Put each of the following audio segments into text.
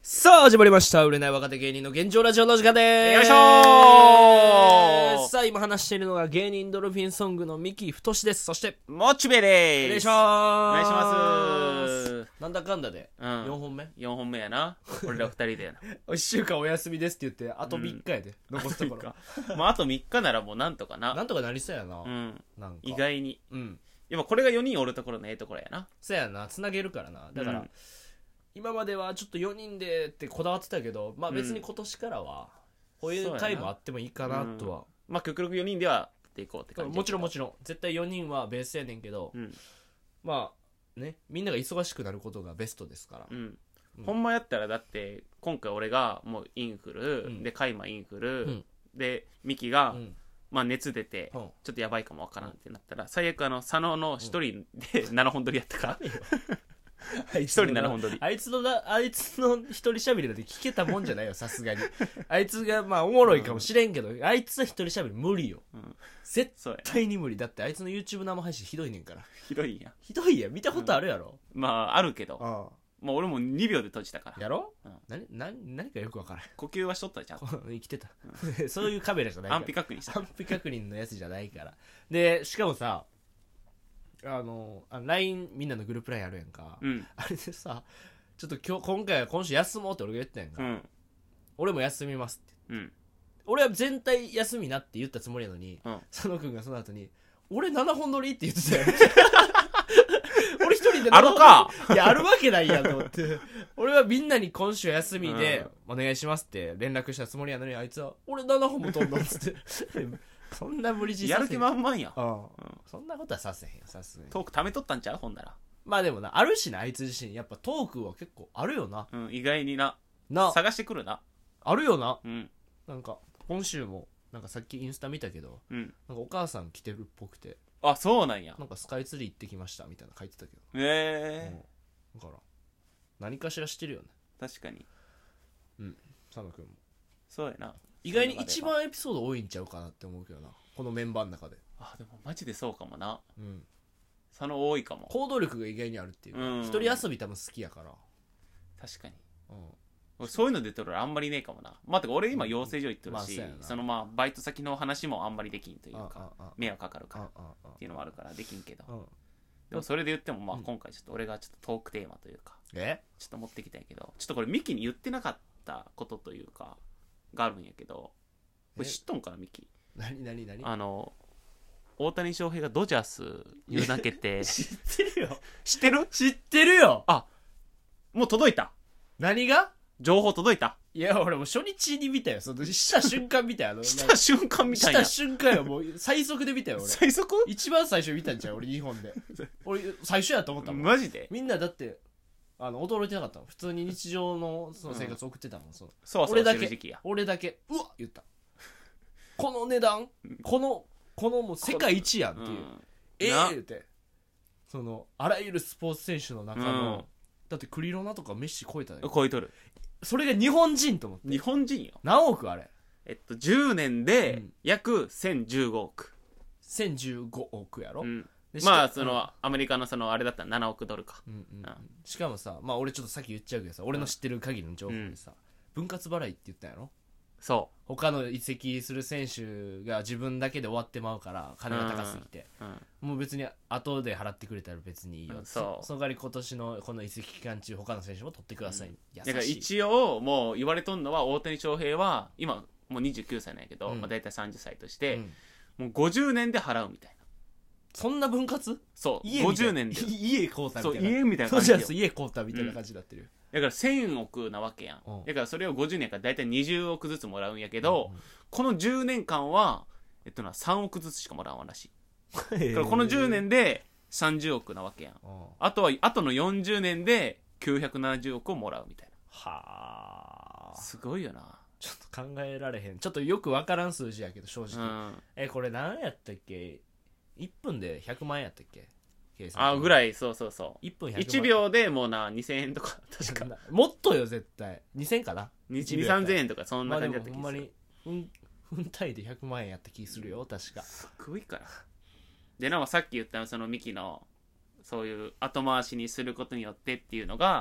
さあ始まりました売れない若手芸人の現状ラジオの時間でーす。 よいしょー。 さあ今話しているのが芸人ドルフィンソングの三木太です。そしてモチベでーす。 お願いします。 お願いします。 なんだかんだで4本目、 4本目やな。俺ら2人でやな。 1週間お休みですって言ってあと3日やで、残すところまああと3日ならもうなんとかな。 なんとかなりそうやな、なんか意外に。 うんやっぱこれが4人おるところのええところやな。 そうやな、つなげるからな。だから、今まではちょっと4人でってこだわってたけど、まあ別に今年からはこういう回もあってもいいかなとは、 まあ極力4人ではやっていこうって感じ。 もちろんもちろん絶対4人はベースやねんけど、まあね、みんなが忙しくなることがベストですから、 ほんまやったらだって今回俺がもうインフル、でカイマインフル、でミキが、まあ熱出て、ちょっとやばいかもわからんってなったら、最悪佐野の一人で7本撮りやったから一人7本撮り。 あいつの一人喋りだって聞けたもんじゃないよ、さすがに。あいつがまあおもろいかもしれんけど、あいつは一人喋り無理よ、絶対に無理。だってあいつの YouTube 生配信ひどいねんから。 ひどいんや。 ひどいやん、見たことあるやろ。 まああるけど、もう俺も2秒で閉じたからやろ。何かよくわからん。 呼吸はしとったじゃん。 生きてたそういうカメラじゃないから、 安否確認した。 安否確認のやつじゃないから。でしかもさ、LINE みんなのグループ LINE あるやんか、あれでさ、ちょっと今週休もうって俺が言ったやんか、俺も休みますって、俺は全体休みなって言ったつもりやのに、佐野くんがその後に俺7本撮りって言ってたよ俺一人であるかいやあるわけないやんと思って俺はみんなに今週休みでお願いしますって連絡したつもりやのに、あいつは俺7本も撮んのっつってそんな無理強いやる気満々や。 そんなことはさせへんよ、さすがに。 トーク溜めとったんちゃうほんなら。 まあでもな、あるしな、あいつ自身やっぱトークは結構あるよな。 意外にな探してくるな。 あるよな。なんか今週もなんかさっきインスタ見たけど、なんかお母さん来てるっぽくて、 あ、そうなんや。 なんかスカイツリー行ってきましたみたいな書いてたけど、だから何かしらしてるよね。 確かに。 佐野くんもそうやな。 意外に一番エピソード多いんちゃうかなって思うけどな、このメンバーの中で。 あ、でもマジでそうかもな。佐野多いかも。 行動力が意外にあるっていうか、一人遊び多分好きやから。 確かに。そういうの出てるらあんまりねえかもな。まあてか俺今養成所行ってるし、そのまあバイト先の話もあんまりできんというか、迷惑かかるからっていうのもあるからできんけど、でもそれで言ってもまあ今回ちょっと俺がちょっとトークテーマというか、ちょっと持ってきたんやけど、ちょっとこれミキに言ってなかったことというかがあるんやけど、これ知っとんかなミキ。 何大谷翔平がドジャースに投げて知ってるよ。 知ってる？ 知ってるよ。 あ、もう届いた。 何が？ 情報届いた。 いや俺もう初日に見たよ。そのした瞬間見たよ。 した瞬間見たんや。 した瞬間よ。もう最速で見たよ俺。 最速？ 一番最初見たんじゃん俺、日本で。俺最初やと思ったもん。 マジで？ みんなだって驚いてなかったの。普通に日常のその生活送ってたの。 そう俺だけうわ言った。この値段、このもう世界一やんっていう、言うて、そのあらゆるスポーツ選手の中の、だってクリロナとかメッシ超えたよ。 超えとる。 それが日本人と思って。 日本人よ。 何億あれ ？10年で約1015億。 1015億やろ。 まあそのアメリカのそのあれだったら7億ドルか。 しかもさ、まあ俺ちょっとさっき言っちゃうけどさ、俺の知ってる限りの情報でさ、分割払いって言ったんやろ。 そう。 他の移籍する選手が自分だけで終わってまうから金が高すぎて、もう別に後で払ってくれたら別にいいよ、その代わり今年のこの移籍期間中他の選手も取ってください、優しい。 だから一応もう言われとんのは、大谷翔平は今もう29歳なんやけど、まあ、大体30歳として、もう50年で払うみたいな。 そんな分割？ そう50年で家買うたみたいな。 そう家みたいな感じよ。 家買うたみたいな感じになってる。 だから1000億なわけやん。だからそれを50年からだいたい20億ずつもらうんやけど、この10年間は3億ずつしかもらわんらしい。だからこの10年で30億なわけやん。あとの40年で970億をもらうみたいな。 はあ、 すごいよな。 ちょっと考えられへん。ちょっとよくわからん数字やけど正直、これ何やったっけ、1分で100万円やったっけ、 ぐらい。そう1分100万。1秒でもうな2000円とか確かもっとよ絶対2000かな、 2,3000 円とかそんな感じだった気がする。 ほんまに分単位で100万円やった気するよ確か。 すごいから。でさっき言ったそのミキのそういう後回しにすることによってっていうのが、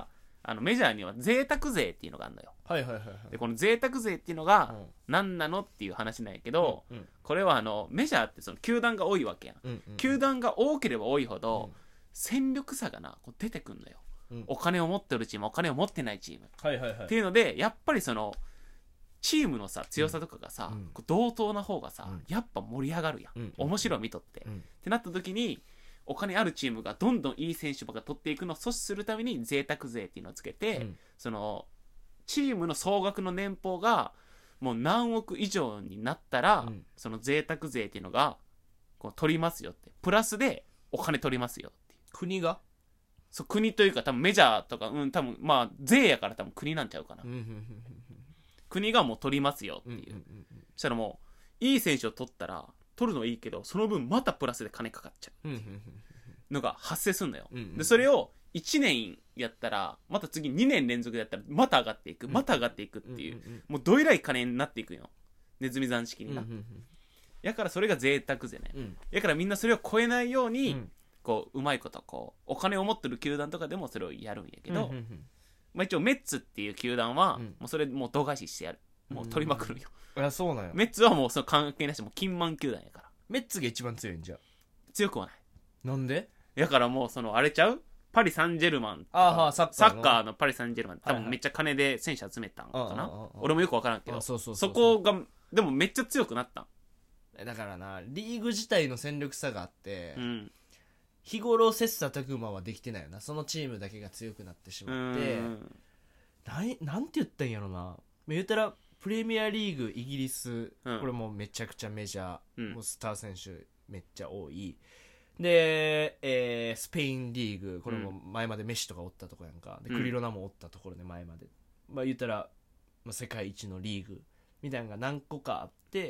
メジャーには贅沢税っていうのがあるのよ。 はいはいはいはい。 でこの贅沢税っていうのが何なのっていう話なんやけど、これはメジャーってその球団が多いわけやん、球団が多ければ多いほど、戦力差がこう出てくんのよ、お金を持ってるチーム、お金を持ってないチーム、 はいはいはい、 っていうのでやっぱりそのチームのさ強さとかがさ、こう同等な方がさ、やっぱ盛り上がるやん、面白い見とって、ってなった時にお金あるチームがどんどんいい選手ばっか取っていくのを阻止するために贅沢税っていうのをつけて、そのチームの総額の年俸がもう何億以上になったら、その贅沢税っていうのがこう取りますよって、プラスでお金取りますよっていう。 国がそう、国というか多分メジャーとか、多分まあ税やから多分国なんちゃうかな、国がもう取りますよっていう、そしたらもういい選手を取ったら取るのいいけど、その分またプラスで金かかっちゃうのが発生するのよ、でそれを1年やったらまた次2年連続でやったらまた上がっていく、また上がっていくっていう、もうどえらい金になっていくよ、ネズミ算式にな、やからそれが贅沢税ね、やからみんなそれを超えないように、こううまいことこうお金を持ってる球団とかでもそれをやるんやけど、まあ、一応メッツっていう球団はもうそれもう度外視してやる、もう取りまくるんよ、 いやそうなんよ。 メッツはもうその関係なし、もう金満球団やから。 メッツが一番強いんじゃ。 強くはない。 なんで？ だからもうそのあれちゃう？パリ・サンジェルマンとか、 サッカーのパリ・サンジェルマン多分めっちゃ金で選手集めたんかな、俺もよく分からんけど、そこがでもめっちゃ強くなったんだからな、リーグ自体の戦力差があって、日頃切磋琢磨はできてないよな。そのチームだけが強くなってしまって、なんて言ったんやろな、言ったらプレミアリーグイギリス、これもめちゃくちゃメジャー、もうスター選手めっちゃ多いで、スペインリーグ、これも前までメッシとかおったとこやんか、でクリロナもおったところで前まで、まあ言ったら、まあ、世界一のリーグみたいなのが何個かあって、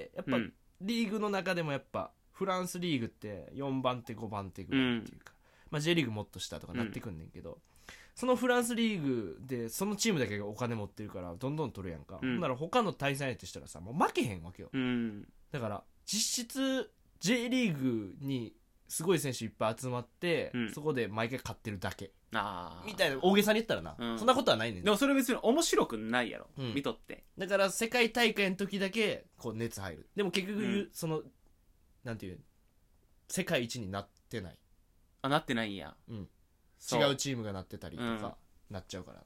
やっぱ、リーグの中でもやっぱフランスリーグって4番手5番手ぐらいっていうか、まあ、J リーグもっと下とかなってくんねんけど、そのフランスリーグでそのチームだけがお金持ってるからどんどん取るやんか、ほんなら他の対戦相手したらさもう負けへんわけよ、だから実質 J リーグにすごい選手いっぱい集まって、そこで毎回勝ってるだけみたいな、大げさに言ったらな、そんなことはないねん。 でもそれ別に面白くないやろ、見とって。 だから世界大会の時だけこう熱入る。でも結局、そのなんていう世界一になってない。 なってないんや、 違うチームがなってたりとか、なっちゃうから、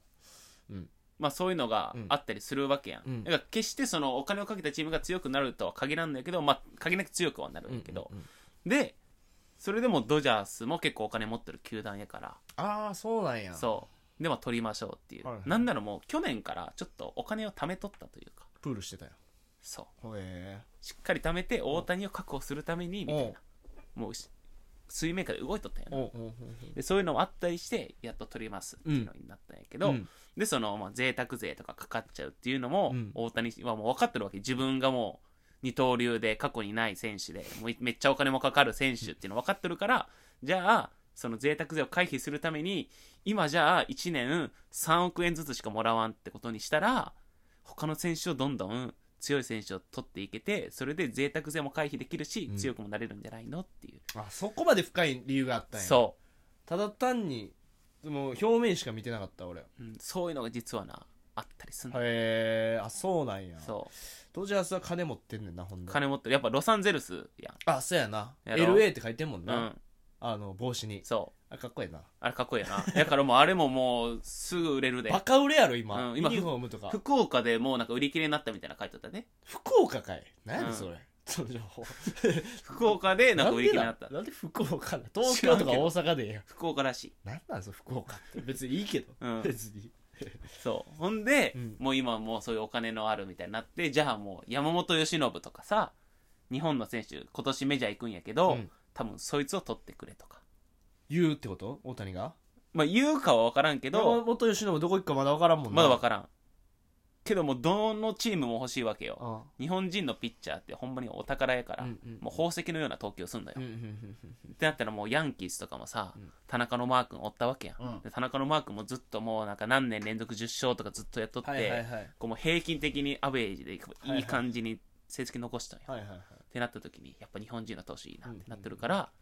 まあそういうのがあったりするわけやん、だから決してそのお金をかけたチームが強くなるとは限らんだけど、まあ限りなく強くはなるんだけど、でそれでもドジャースも結構お金持ってる球団やから、 ああそうなんや、 そうでも取りましょうっていう、なんならもう去年からちょっとお金を貯めとったというか、 プールしてたよ。 そうしっかり貯めて大谷を確保するためにみたいな、もう水面下で動いとったんやな、でそういうのもあったりしてやっと取りますっていうのになったんやけど、でその、まあ、贅沢税とかかかっちゃうっていうのも、大谷はもう分かってるわけ。自分がもう二刀流で過去にない選手でもうめっちゃお金もかかる選手っていうの分かってるから、じゃあその贅沢税を回避するために今じゃあ1年3億円ずつしかもらわんってことにしたら、他の選手をどんどん強い選手を取っていけて、それで贅沢税も回避できるし、強くもなれるんじゃないのっていう。 あ、そこまで深い理由があったんや。ただ単にもう表面しか見てなかった俺、 そういうのが実はなあったりする。 あ、そうなんや。ドジャースは金持ってんねんな、ほんで。 金持ってる。やっぱロサンゼルスやん。 あ、そうやな。LA って書いてんもんな、帽子に。あれかっこいいな。 あれかっこいいな。だからもうあれももうすぐ売れるで。 バカ売れやろ今、ユニフォームとか。 福岡でもうなんか売り切れになったみたいな書いてあったね。 福岡かい。何やねんそれ、その情報。 福岡でなんか売り切れになった。 なんで福岡な、東京とか大阪でや。 福岡らしい。 なんなんそ福岡って別にいいけど、別にそうほんで、もう今もうそういうお金のあるみたいになって、じゃあもう山本由伸とかさ、日本の選手今年メジャー行くんやけど、多分そいつを取ってくれとか言うってこと？大谷が？ まあ言うかは分からんけど、 山本由伸どこ行くかまだ分からんもんな。 まだ分からんけども、どのチームも欲しいわけよ。日本人のピッチャーってほんまにお宝やから、もう宝石のような投球すんだよ、ってなったらもうヤンキースとかもさ、田中のマー君おったわけやん、で田中のマー君もずっともうなんか何年連続10勝とかずっとやっとって、こうもう平均的にアベレージでいい感じに成績残したんよ、ってなった時にやっぱ日本人の投手いいなってなってるから、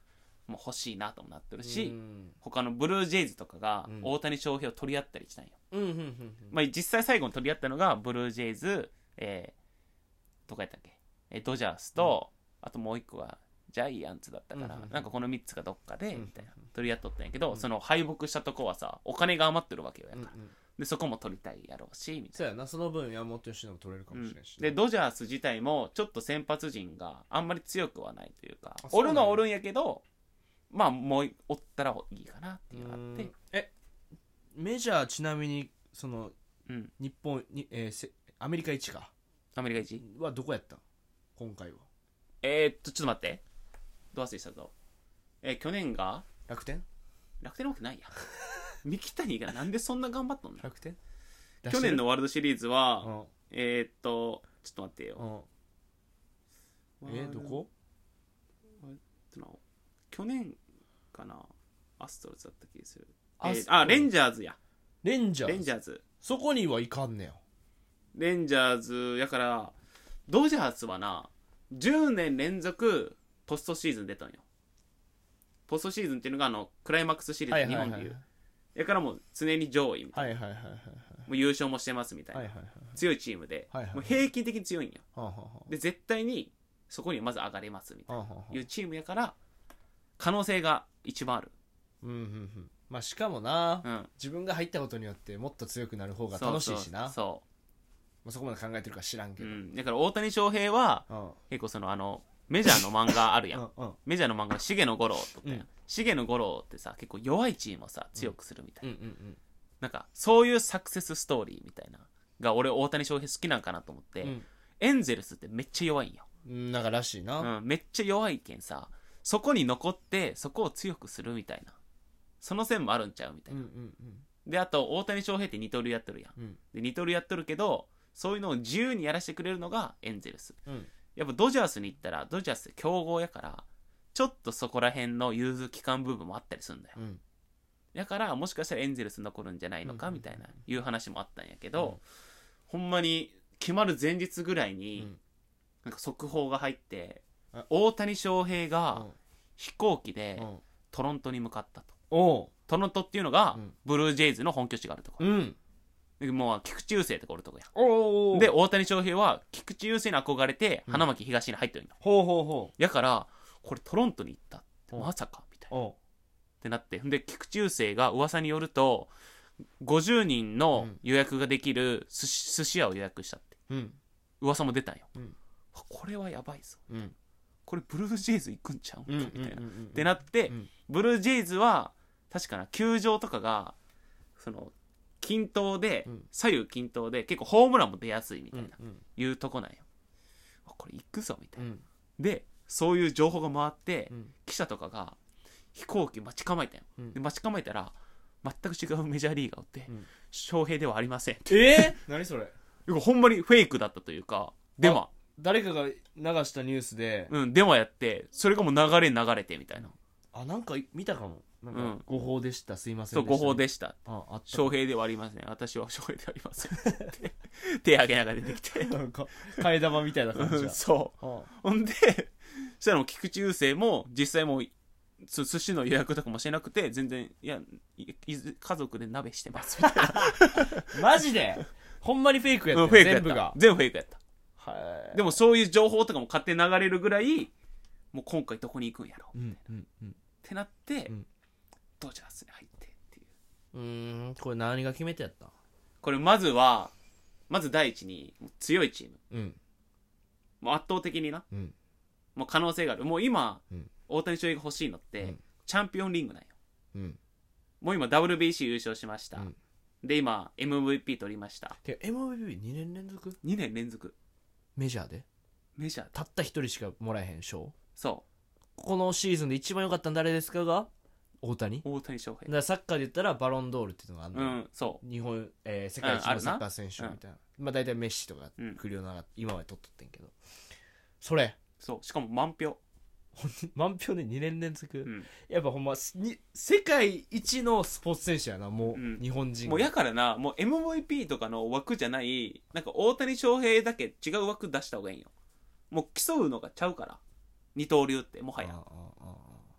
もう欲しいなともなってるし、他のブルージェイズとかが大谷翔平を取り合ったりしたんよ。まあ実際最後に取り合ったのがブルージェイズ、どこやったっけ、ドジャースと、あともう一個がジャイアンツだったから、なんかこの3つがどっかでみたいな取り合っとったんやけど、その敗北したとこはさお金が余ってるわけよやから、でそこも取りたいやろうしみたいな。 そうやな、その分山本由伸も取れるかもしれないし、 でドジャース自体もちょっと先発陣があんまり強くはないというか、おるのはおるんやけど、まあもうおったらいいかなっていうのがあって。 メジャーちなみにその、日本に、アメリカ一か、 アメリカ一はどこやったん今回は。 ちょっと待って、ど忘れしたぞ。去年が楽天なわけないや三木谷がなんでそんな頑張っとんの。 楽天去年のワールドシリーズは、ちょっと待ってよ、 どこ去年かな、アストロズだった気がする。レンジャーズや。 レンジャーズそこにはいかんねや。 レンジャーズやから、ドジャースはな10年連続ポストシーズン出たんよ。ポストシーズンっていうのがクライマックスシリーズ、日本でいうやからもう常に上位みたいな、もう優勝もしてますみたいな、強いチームで、もう平均的に強いんよ、で絶対にそこにまず上がれますみたいな、いうチームやから可能性が一番ある。 まあしかもな、自分が入ったことによってもっと強くなる方が楽しいしな。そこまで考えてるか知らんけど、 だから大谷翔平は結構そのメジャーの漫画あるやんメジャーの漫画、重野五郎とか、重野五郎ってさ結構弱いチームをさ強くするみたいな、なんかそういうサクセスストーリーみたいなが俺大谷翔平好きなんかなと思って、エンゼルスってめっちゃ弱いんよ。 なんからしいな、 めっちゃ弱いけんさ、そこに残ってそこを強くするみたいな、その線もあるんちゃうみたいな、であと大谷翔平って二刀流やっとるやん、で二刀流やっとるけどそういうのを自由にやらせてくれるのがエンゼルス、やっぱドジャースに行ったらドジャース強豪やからちょっとそこら辺の融通機関部分もあったりするんだよ、だからもしかしたらエンゼルス残るんじゃないのかみたいないう話もあったんやけど、ほんまに決まる前日ぐらいになんか速報が入って、大谷翔平が飛行機でトロントに向かったと。トロントっていうのがブルージェイズの本拠地があるところ、もう菊池雄星とかおるとこや。で大谷翔平は菊池雄星に憧れて花巻東に入ってるんだ、やからこれトロントに行ったってまさかみたいなってなって、で菊池雄星が噂によると50人の予約ができる寿司屋を予約したって、噂も出たんよ、これはやばいぞ、これブルージェイズ行くんちゃうみたいな、ってなって、ブルージェイズは確かな球場とかがその均等で、左右均等で結構ホームランも出やすいみたいな、いうとこなんよ。これ行くぞみたいな、でそういう情報が回って、記者とかが飛行機待ち構えたよ、で待ち構えたら全く違うメジャーリーガーって、翔平ではありませんって。 何それほんまにフェイクだったというか、デマ、 誰かが流したニュースで、 デマやって、それがもう流れてみたいな、 なんか見たかも。なんか誤報でした、すいませんでした、そう誤報でした、翔平ではありません、私は翔平ではありませんって手挙げながら出てきて替え玉みたいな感じだそう、ほんでそしたらもう菊池雄星も実際もう寿司の予約とかもしてなくて、全然家族で鍋してますみたいなマジでほんまにフェイクやった、 全部フェイクやった。でもそういう情報とかも勝手に流れるぐらい、もう今回どこに行くんやろみたいな、ってなって、ドジャースに入ってっていう。 これ何が決めてやった？ これまず第一に強いチーム、もう圧倒的にな、もう可能性がある。もう今、大谷翔平が欲しいのって、チャンピオンリングなんよ、もう今 WBC 優勝しました、で今 MVP 取りました。 MVP2 年連続 2年連続メジャーでたった一人しかもらえへん賞。 そう、 このシーズンで一番良かったの誰ですかが大谷翔平。 だからサッカーで言ったらバロンドールっていうのがあるの、 そう日本、世界一のサッカー選手みたいな、まあ大体メッシとか来るような、今まで取っとってんけど、それそう、しかも満票満票で2年連続、やっぱほんま世界一のスポーツ選手やな、もう、日本人もうやからな、もう MVP とかの枠じゃない、なんか大谷翔平だけ違う枠出した方がいいよ。もう競うのがちゃうから、二刀流ってもはや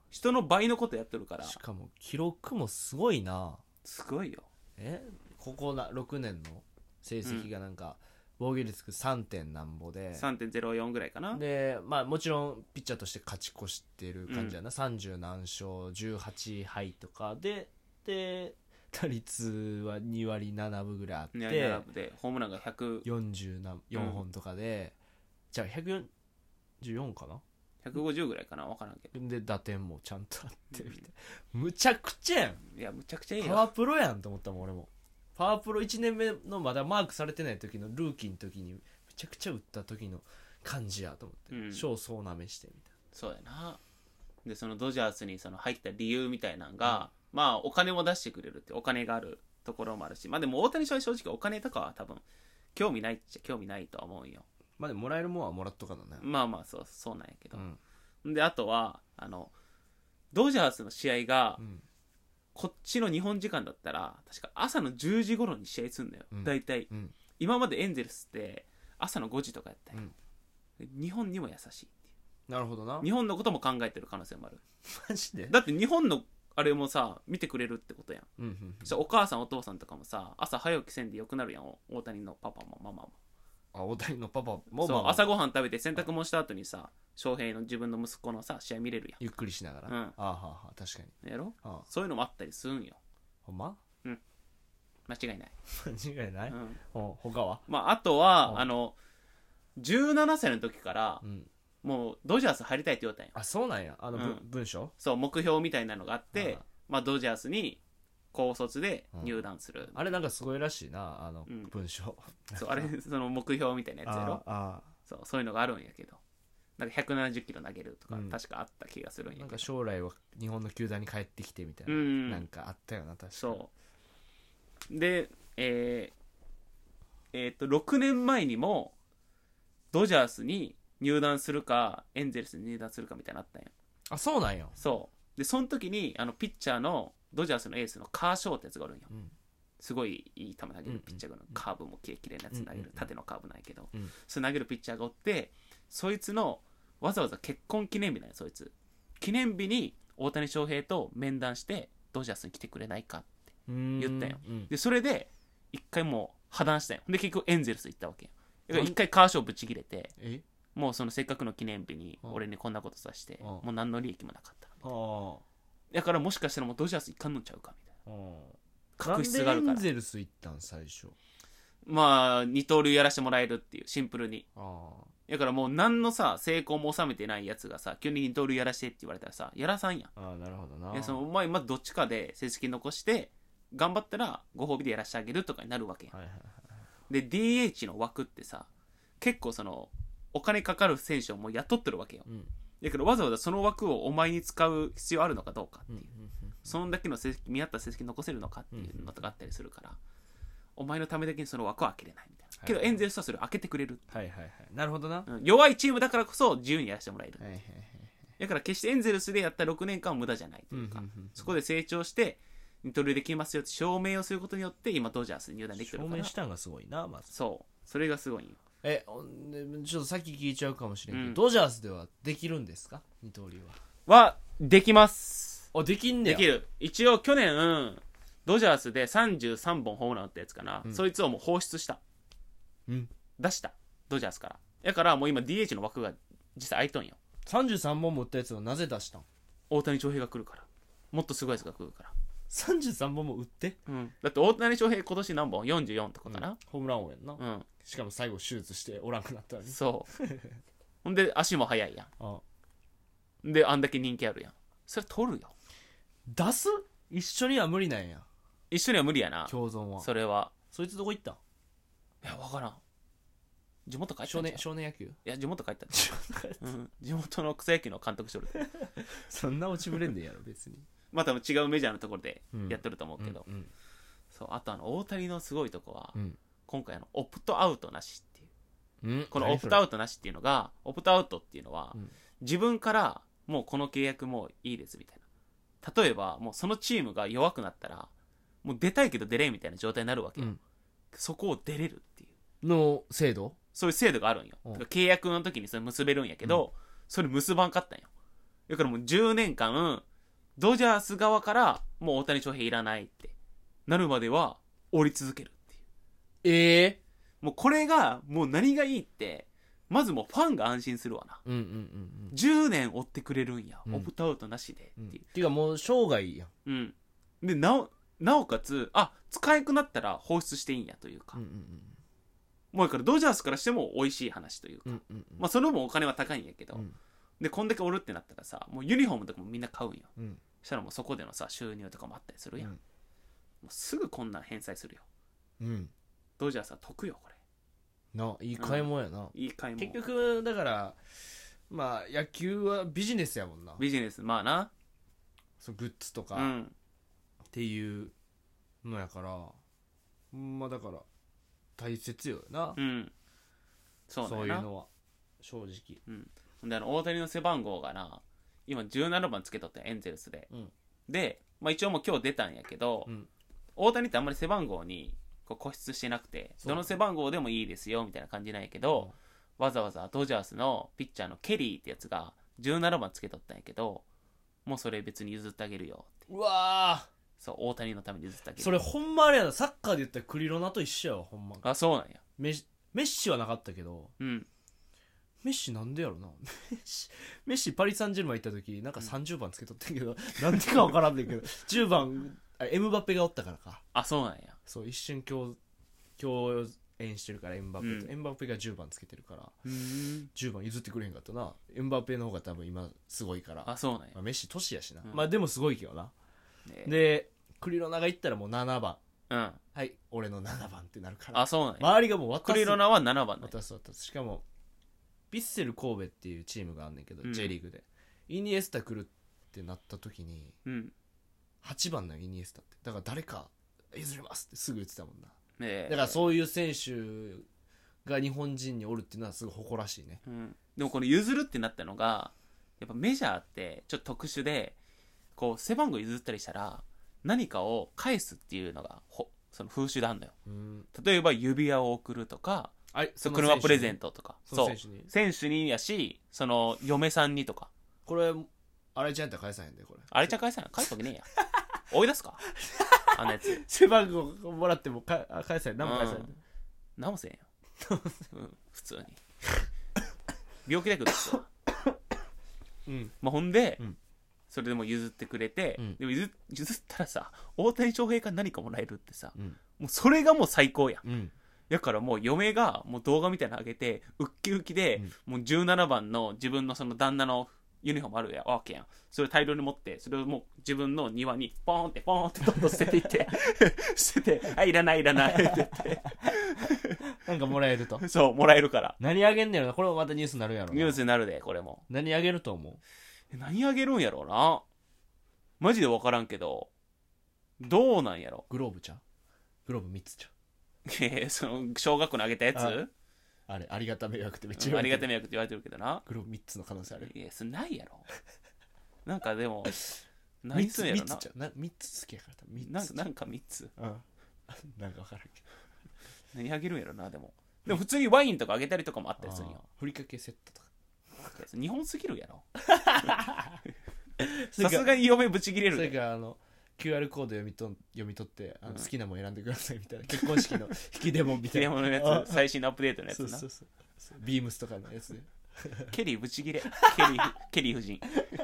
人の倍のことやってるから。 しかも記録もすごいな。 すごいよ。 ここ6年の成績がなんか、防御率 3. 点なんぼで 3.04 ぐらいかな。 で、まあもちろんピッチャーとして勝ち越してる感じやな、30何勝18敗とかで打率は2割7分ぐらいあって、 7分でホームランが 144本とかで、じゃあ144かな、 150ぐらいかな、分からんけど。 で打点もちゃんとあってみたいな、むちゃくちゃやん。 いやむちゃくちゃいいよ。 パワープロやんと思ったもん俺も。パワープロ1年目のまだマークされてない時のルーキーの時にめちゃくちゃ打った時の感じやと思って、賞総なめしてみたいな。 そうやな。でそのドジャースにその入った理由みたいなのが、まあお金も出してくれるって、お金があるところもあるし、まあでも大谷翔平正直お金とかは多分興味ないっちゃ興味ないとは思うよ。 まあでももらえるもんはもらっとかだね。 まあまあそうなんやけど、であとはドジャースの試合が、こっちの日本時間だったら確か朝の10時頃に試合するんだよ、大体、今までエンゼルスって朝の5時とかやったよ、日本にも優しいっていう。 なるほどな。 日本のことも考えてる可能性もある。 マジで。 だって日本のあれもさ見てくれるってことやん、お母さんお父さんとかもさ朝早起きせんでよくなるやん、大谷のパパもママも。 大谷のパパもそう、朝ごはん食べて洗濯もした後にさ、翔平の自分の息子のさ試合見れるやん、 ゆっくりしながら。確かにやろ。そういうのもあったりするんよ。 ほんま。 間違いない。 間違いない。他はまああとは17歳の時から、もうドジャース入りたいって言われたんや。 あ、そうなんや。文章。 そう、目標みたいなのがあって、まあドジャースに高卒で入団する、 あれなんかすごいらしいな、文章。 そう、あれその目標みたいなやつやろ。そういうのがあるんやけど、なんか170キロ投げるとか、確かあった気がするんやけど、 なんか将来は日本の球団に帰ってきてみたいな、なんかあったよな確か。 そうで6年前にもドジャースに入団するかエンゼルスに入団するかみたいなのあったんや。 あ、そうなんや。 そうでその時にピッチャーのドジャースのエースのカーショーってやつがあるんよ、すごいいい球投げるピッチャーが、カーブもきれいなやつ投げる、縦のカーブないけど、それ投げるピッチャーがおって、そいつのわざわざ結婚記念日なんや。そいつ記念日に大谷翔平と面談してドジャースに来てくれないかって言ったんよ、でそれで一回もう破談したんよ。で結局エンゼルス行ったわけよ。だから一回カーショーぶち切れて、もうそのせっかくの記念日に俺にこんなことさせて、もう何の利益もなかったみたいな。だからもしかしたらもうドジャース行かんのちゃうかみたいな確執があるから。 なんでエンゼルス行ったん最初。 まあ二刀流やらせてもらえるっていう、シンプルに。だからもう何のさ成功も収めてないやつがさ急に二刀流やらせてって言われたらさやらさんやん。 なるほどな。 そのお前まずどっちかで成績残して頑張ったらご褒美でやらせてあげるとかになるわけや、で DH の枠ってさ結構そのお金かかる選手をもう雇ってるわけよ、だからわざわざその枠をお前に使う必要あるのかどうかっていう、そんだけの成績見合った成績残せるのかっていうのとかあったりするから、お前のためだけにその枠を開けれないみたいな、けどエンゼルスはそれを開けてくれる。 なるほどな、 弱いチームだからこそ自由にやらせてもらえる。だから決してエンゼルスでやった6年間は無駄じゃないというか、そこで成長して二刀流できますよって証明をすることによって今ドジャースに入団できてるから。 証明したんがすごいな。まずそれがすごいよ。 ちょっとさっき聞いちゃうかもしれんけど、ドジャースではできるんですか、二刀流はできます。 できんねや。 できる。一応去年ドジャースで33本ホームラン打ったやつかな、そいつをもう放出した、出したドジャースから。だからもう今 DH の枠が実際空いとんよ。 33本も打ったやつをなぜ出したん。 大谷翔平が来るから、もっとすごいやつが来るから。 33本も打って、 だって大谷翔平今年何本44とかかな、 ホームラン王やんな、しかも最後手術しておらんくなったのに。 そうほんで足も速いやん。であんだけ人気あるやん。それ取るよ。 出す一緒には無理なんや。 一緒には無理やな、 共存は。 それは。 そいつどこ行ったん。 いや分からん。地元帰った少年野球。 いや地元帰った地元の草野球の監督しとるそんな落ちぶれんでやろ別に。 まあ多分違うメジャーのところでやってると思うけど、そうあと大谷のすごいとこは、今回オプトアウトなしっていう、このオプトアウトなしっていうのが、オプトアウトっていうのは、自分からもうこの契約もういいですみたいな。例えばもうそのチームが弱くなったらもう出たいけど出れんみたいな状態になるわけよ、そこを出れるっていうの制度、 そういう制度があるんよ。契約の時にそれ結べるんやけど、それ結ばんかったんよ。 だからもう10年間ドジャース側からもう大谷翔平いらないってなるまでは追い続けるっていう。もうこれがもう何がいいって、まずもうファンが安心するわな。10年追ってくれるんや、オプトアウトなしでっていう。 ていうかもう生涯やん。でなおかつ使えなくなったら放出していいんやというか。もうだからドジャースからしても美味しい話というか、まあそれもお金は高いんやけど、でこんだけおるってなったらさ、もうユニフォームとかもみんな買うんよ。そしたらもうそこでのさ収入とかもあったりするやん。もうすぐこんなん返済するよ。ドジャースは得よこれ。 いい買い物やな。 いい買い物。 結局だからまあ野球はビジネスやもんな。 ビジネス、まあな。 そうグッズとかっていうのやから、まあだから大切よな。そういうのは正直。 で大谷の背番号がな、今17番つけとったエンゼルスで。で、まあ一応もう今日出たんやけど、大谷ってあんまり背番号に固執してなくて、どの背番号でもいいですよみたいな感じなんやけど、わざわざドジャースのピッチャーのケリーってやつが17番つけとったんやけど、もうそれ別に譲ってあげるよって。 うわー、 そう、大谷のために譲ってあげる。 それほんまあれやな、サッカーで言ったらクリロナと一緒やわ、ほんま。 あ、そうなんや。 メッシはなかったけど、メッシなんでやろな。メッシパリ・サンジェルマン行った時なんか30番つけとったけど、なんでか分からんねんけど10番エムバペがおったからか。 あ、そうなんや。 そう、一瞬共演してるから、エムバペと、エムバペが10番つけてるから10番譲ってくれへんかったな。エムバペの方が多分今すごいから。 あ、そうなんや。 まあ、メッシ年やしな、まあでもすごいけどな、でクリロナが行ったらもう7番、はい俺の7番ってなるから。 あ、そうなんや。 周りがもう渡す。 クリロナは7番ね。 渡す。しかもヴィッセル神戸っていうチームがあんねんけど、J リーグでイニエスタ来るってなった時に、8番のイニエスタって、だから誰か譲りますってすぐ言ってたもんな。だからそういう選手が日本人におるっていうのはすごい誇らしいね。 でもこの譲るってなったのがやっぱメジャーってちょっと特殊で、こう背番号譲ったりしたら何かを返すっていうのがその風習であるのよ。例えば指輪を送るとか、車プレゼントとか、そう選手にやし、その嫁さんにとか。 これあれちゃんやったら返さへんで、これあれちゃん返さない、返すわけねえや。追い出すかあんなやつ。 背番号もらっても返さへん。何も返さへん。 何もせんや普通に病気だけどまあほんで、それでも譲ってくれて、でも譲ったらさ、大谷翔平から何かもらえるってさ、もうそれがもう最高やん。だからもう嫁がもう動画みたいなの上げてウッキウキで、もう17番の自分のその旦那のユニフォームあるわけやん。それを大量に持って、それをもう自分の庭にポーンってどんどん捨てていって捨てて、いらないって言ってなんかもらえると。 そう、もらえるから。 何あげんねやろな。これもまたニュースになるやろな。 ニュースになるで、これも。 何あげると思う？何あげるんやろうな。マジで分からんけど、どうなんやろ。 グローブちゃん、グローブ3つちゃん。その小学校にあげたやつ、 あれありがた迷惑ってめっちゃありがた迷惑って言われてるけどな。 グローブ3つの可能性ある。 いや、それないやろ。なんかでも何すんやろな。 3つ好きやからなんか3つ、 なんか分からんけど何あげるんやろな。でも普通にワインとかあげたりとかもあったりするんよ。 ふりかけセットとか。 日本すぎるやろさすがに嫁ブチ切れる。 それからQR コード読み取って好きなもん選んでくださいみたいな、結婚式の引き出物みたいな引き出物のやつ、最新のアップデートのやつな。 そうビームスとかのやつでケリーブチ切れ。ケリー夫人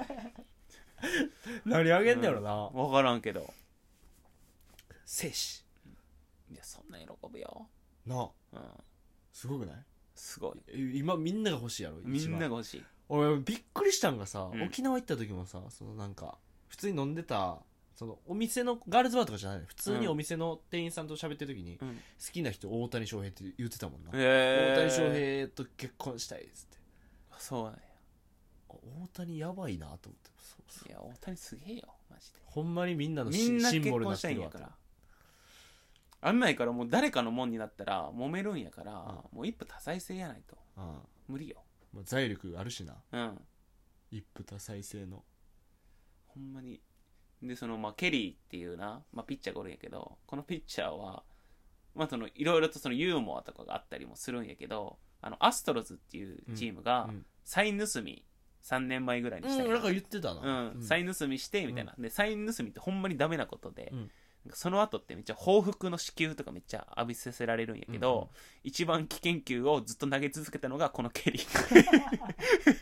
何あげんねやろな。 分からんけど精子。 いや、そんな喜ぶよなあ。すごくない？ すごい。今みんなが欲しいやろ。 みんなが欲しい。 俺びっくりしたんがさ、沖縄行った時もさ、そのなんか普通に飲んでた、そのお店のガールズバーとかじゃない、普通にお店の店員さんと喋ってる時に、好きな人大谷翔平って言ってたもんな。大谷翔平と結婚したいっつって。 そうなんや。 大谷やばいなと思って。 いや、大谷すげえよマジで。 ほんまにみんなのシンボルになってるわけ。 あんないから、もう誰かのもんになったら揉めるんやから、もう一夫多妻制やないと無理よ。 もう財力あるしな。一夫多妻制のほんまに。でケリーっていうな、ピッチャーがおるんやけど、このピッチャーはいろいろとそのユーモアとかがあったりもするんやけど、アストロズっていうチームがサイン盗み 3年前ぐらいにしたけど、 なんか言ってたな、 サイン盗みしてみたいな、でサイン盗みってほんまにダメなことで、その後ってめっちゃ報復の支給とかめっちゃ浴びさせられるんやけど、一番危険球をずっと投げ続けたのがこのケリー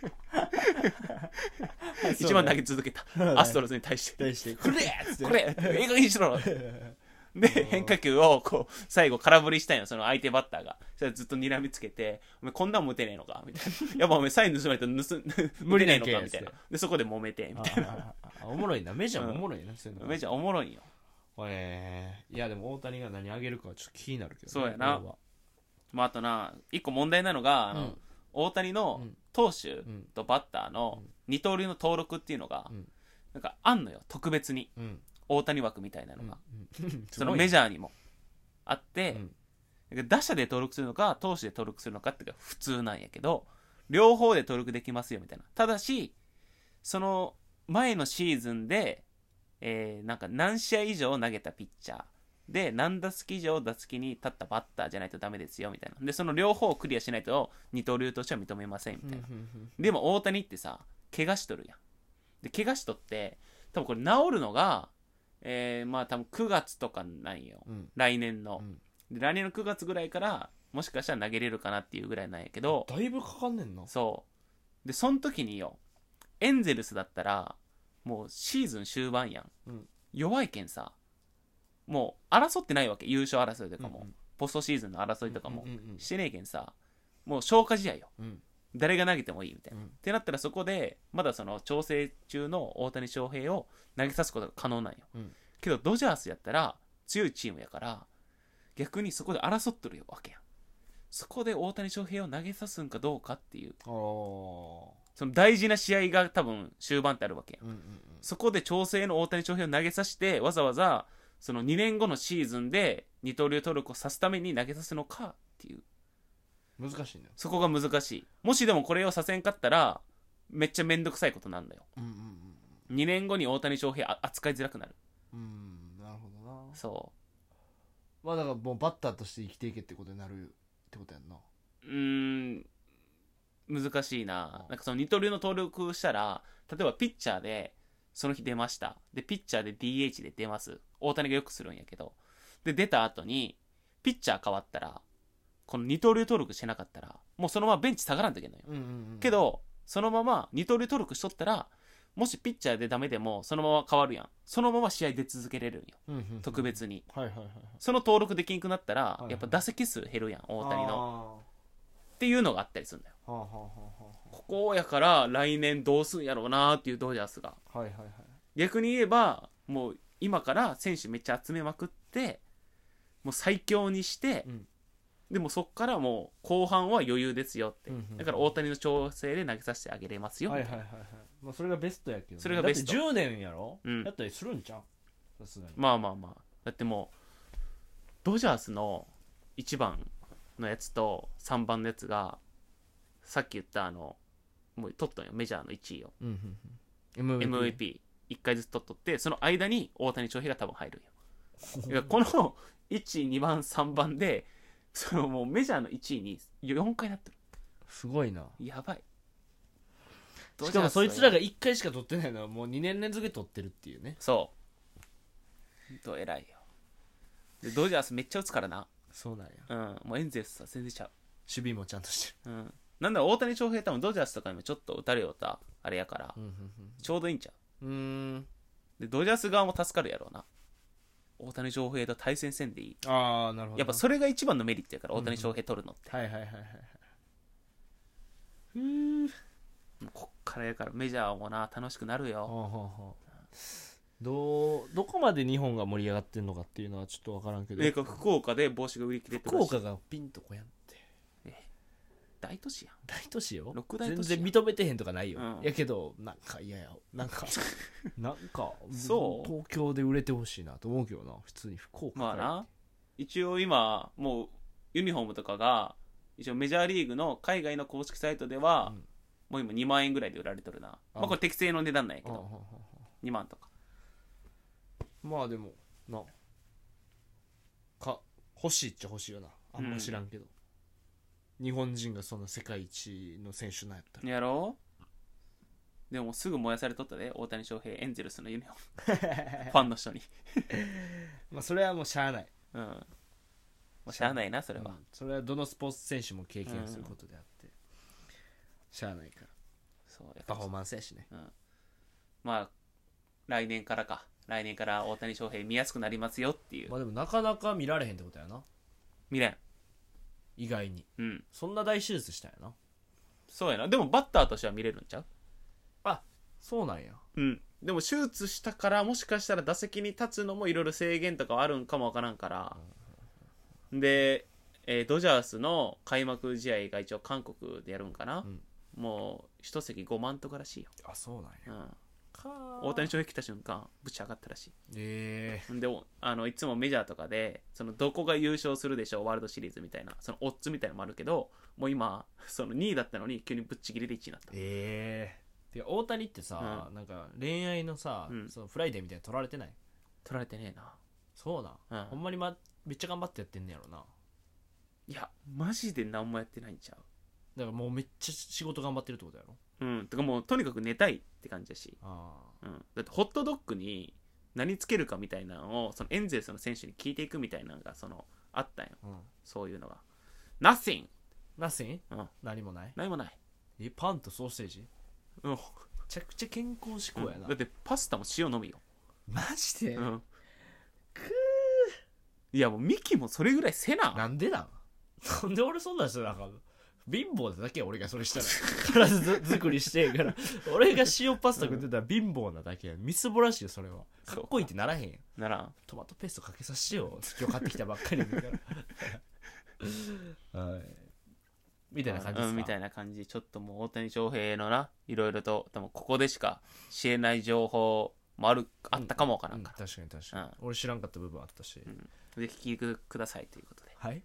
一番投げ続けた、アストロズに対してこれっつってこれ映画にしろで変化球をこう最後空振りしたんよ、その相手バッターが。それずっと睨みつけて、お前こんなんも打てねえのかみたいな、やっぱお前サイン盗まれたら無理ねえのかみたいな、でそこで揉めてみたいな。 おもろいな、メジャーもおもろいな、 メジャーおもろいんよ。 いやでも大谷が何あげるかはちょっと気になるけど、 そうやな。まああとな、一個問題なのが、大谷の投手とバッターの二刀流の登録っていうのが、なんかあんのよ、特別に。大谷枠みたいなのが、そのメジャーにもあって、打者で登録するのか投手で登録するのかっていうか普通なんやけど、両方で登録できますよみたいな。ただしその前のシーズンで、なんか何試合以上投げたピッチャーで何打席以上打席に立ったバッターじゃないとダメですよみたいな。でその両方をクリアしないと二刀流としては認めませんみたいな。でも大谷ってさ怪我しとるやん。で怪我しとって多分これ治るのがまあ多分9月とかなんよ、来年の、で来年の9月ぐらいからもしかしたら投げれるかなっていうぐらいなんやけど、 だいぶかかんねんな。 そうでその時によ、エンゼルスだったらもうシーズン終盤やん、弱いけんさ、もう争ってないわけ、優勝争いとかも、ポストシーズンの争いとかもしてねえけんさ、もう消化試合よ、誰が投げてもいいみたいな、ってなったらそこでまだその調整中の大谷翔平を投げさすことが可能なんよ、けどドジャースやったら強いチームやから逆にそこで争っとるわけやん。そこで大谷翔平を投げさすんかどうかっていう、その大事な試合が多分終盤ってあるわけやん、そこで調整の大谷翔平を投げさせてわざわざその2年後のシーズンで二刀流登録をさすために投げさすのかっていう、 難しいんだよ。 そこが難しい。もしでもこれをさせんかったらめっちゃめんどくさいことなんだよ、2年後に大谷翔平扱いづらくなる。 なるほどな。 そうまあだからもうバッターとして生きていけってことになるってことやんな。 難しいな。なんかその二刀流の登録したら、例えばピッチャーでその日出ました、でピッチャーで DH で出ます、大谷がよくするんやけど、で出た後にピッチャー変わったらこの二刀流登録してなかったらもうそのままベンチ下がらんといけないのよ、けどそのまま二刀流登録しとったらもしピッチャーでダメでもそのまま変わるやん、そのまま試合出続けれるんよ、特別に、その登録できんくなったら、やっぱ打席数減るやん大谷のっていうのがあったりするんだよ、ここやから来年どうすんやろうなーっていうドジャースが、逆に言えばもう今から選手めっちゃ集めまくってもう最強にして、でもそっからもう後半は余裕ですよって、だから大谷の調整で投げさせてあげれますよみたいな、 まあそれがベストやけど、ね、 それがベスト。 だって10年やろ、やったりするんちゃう、さすがに。 まあだってもうドジャースの1番のやつと3番のやつがさっき言ったもう取ったんよ、メジャーの1位を、MVP1 回ずつ取っとって、その間に大谷翔平が多分入るんよこの1、2番、3番でそのもうメジャーの1位に4回なってる。 すごいな。 やばい。 しかもそいつらが1回しか取ってないのはもう2年連続で取ってるっていうね。 そうほんと偉いよ。でドジャースめっちゃ打つからな。 そうなんや。 もうエンゼルスは全然ちゃう。 守備もちゃんとしてる。 なんだろう、大谷翔平多分ドジャースとかにもちょっと打たれようたあれやから、ちょうどいいんちゃう。でドジャース側も助かるやろうな、大谷翔平と対戦せんでいい。 なるほど。 やっぱそれが一番のメリットやから、大谷翔平取るのって。こっからやからメジャーもな楽しくなるよ。 どこまで日本が盛り上がってんのかっていうのはちょっと分からんけど、 福岡で帽子が売り切れてるらしい。福岡がピンとこやんって、 大都市やん。 大都市よ。 六大都市全然認めてへんとかないよ、やけどなんか嫌や、なんかそう東京で売れてほしいなと思うけどな、普通に福岡。 まあな、一応今もうユニフォームとかが一応メジャーリーグの海外の公式サイトでは、もう今2万円ぐらいで売られとるな。まあこれ適正の値段なんやけど、2万とか。 まあでもな、欲しいっちゃ欲しいよな。あんま知らんけど、日本人がその世界一の選手なんやったら。 やろう。 でもすぐ燃やされとったで、大谷翔平エンゼルスのユニフォームファンの人にまあそれはもうしゃあない。 もうしゃあないな、それは、 それはどのスポーツ選手も経験することであって、しゃあないから。そうパフォーマンスやしね。 まあ来年から大谷翔平見やすくなりますよっていう。 まあでもなかなか見られへんってことやな。 見れん。 意外に。そんな大手術したんやな。 そうやな。でもバッターとしては見れるんちゃう？ あ、そうなんや。 でも手術したからもしかしたら打席に立つのもいろいろ制限とかはあるんかもわからんから。で、ドジャースの開幕試合が一応韓国でやるんかな。もう一席5万とからしいよ。 あ、そうなんや。 大谷翔平来た瞬間ぶち上がったらしい。でいつもメジャーとかでそのどこが優勝するでしょうワールドシリーズみたいなそのオッズみたいなのもあるけど、もう今その2位だったのに急にぶっちぎりで1位になった。 で大谷ってさ、なんか恋愛のさ、そのフライデーみたいに取られてない？ 取られてねえな。 そうな、ほんまに、めっちゃ頑張ってやってんねやろな。 いやマジで何もやってないんちゃう。 だからもうめっちゃ仕事頑張ってるってことやろ。 てかもうとにかく寝たいって感じだし、だってホットドッグに何つけるかみたいなのをそのエンゼルスの選手に聞いていくみたいなのがそのあったんよ、そういうのが。 Nothing、 何もない。 何もない。 パンとソーセージ、めちゃくちゃ健康志向やな、 だってパスタも塩のみよ。 マジで、 いやもうミキもそれぐらいせな。 なんでなんで俺そんなんしてなあかんの。貧乏だけや俺がそれしたら体作りしてんから俺が塩パスタ食ってたら貧乏なだけや。みすぼらしいよそれは。かっこいいってならへんやん。 ならん。 トマトペーストかけさせてよ今日買ってきたばっかりだからはいみたいな感じですか。 みたいな感じ。ちょっともう大谷翔平のないろいろと多分ここでしか知れない情報もあったかもわからんから、 確かに、俺知らんかった部分あったし、ぜひ聞いてくださいということで。 はい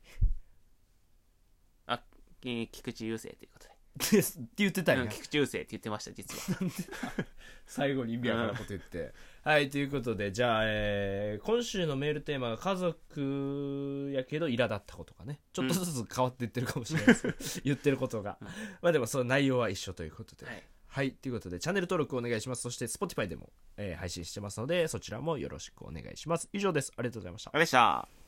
菊池雄星ということでって言ってたんや、 菊池雄星って言ってました実は。 なんで最後に意味わからんこと言ってはいということでじゃあ、今週のメールテーマが家族やけど苛立ったことかね、ちょっとずつ変わっていってるかもしれないですけど、言ってることが、まあでもその内容は一緒ということで、はいということでチャンネル登録お願いします。そして Spotify でも、配信してますのでそちらもよろしくお願いします。以上です。ありがとうございました。 ありがとうございました。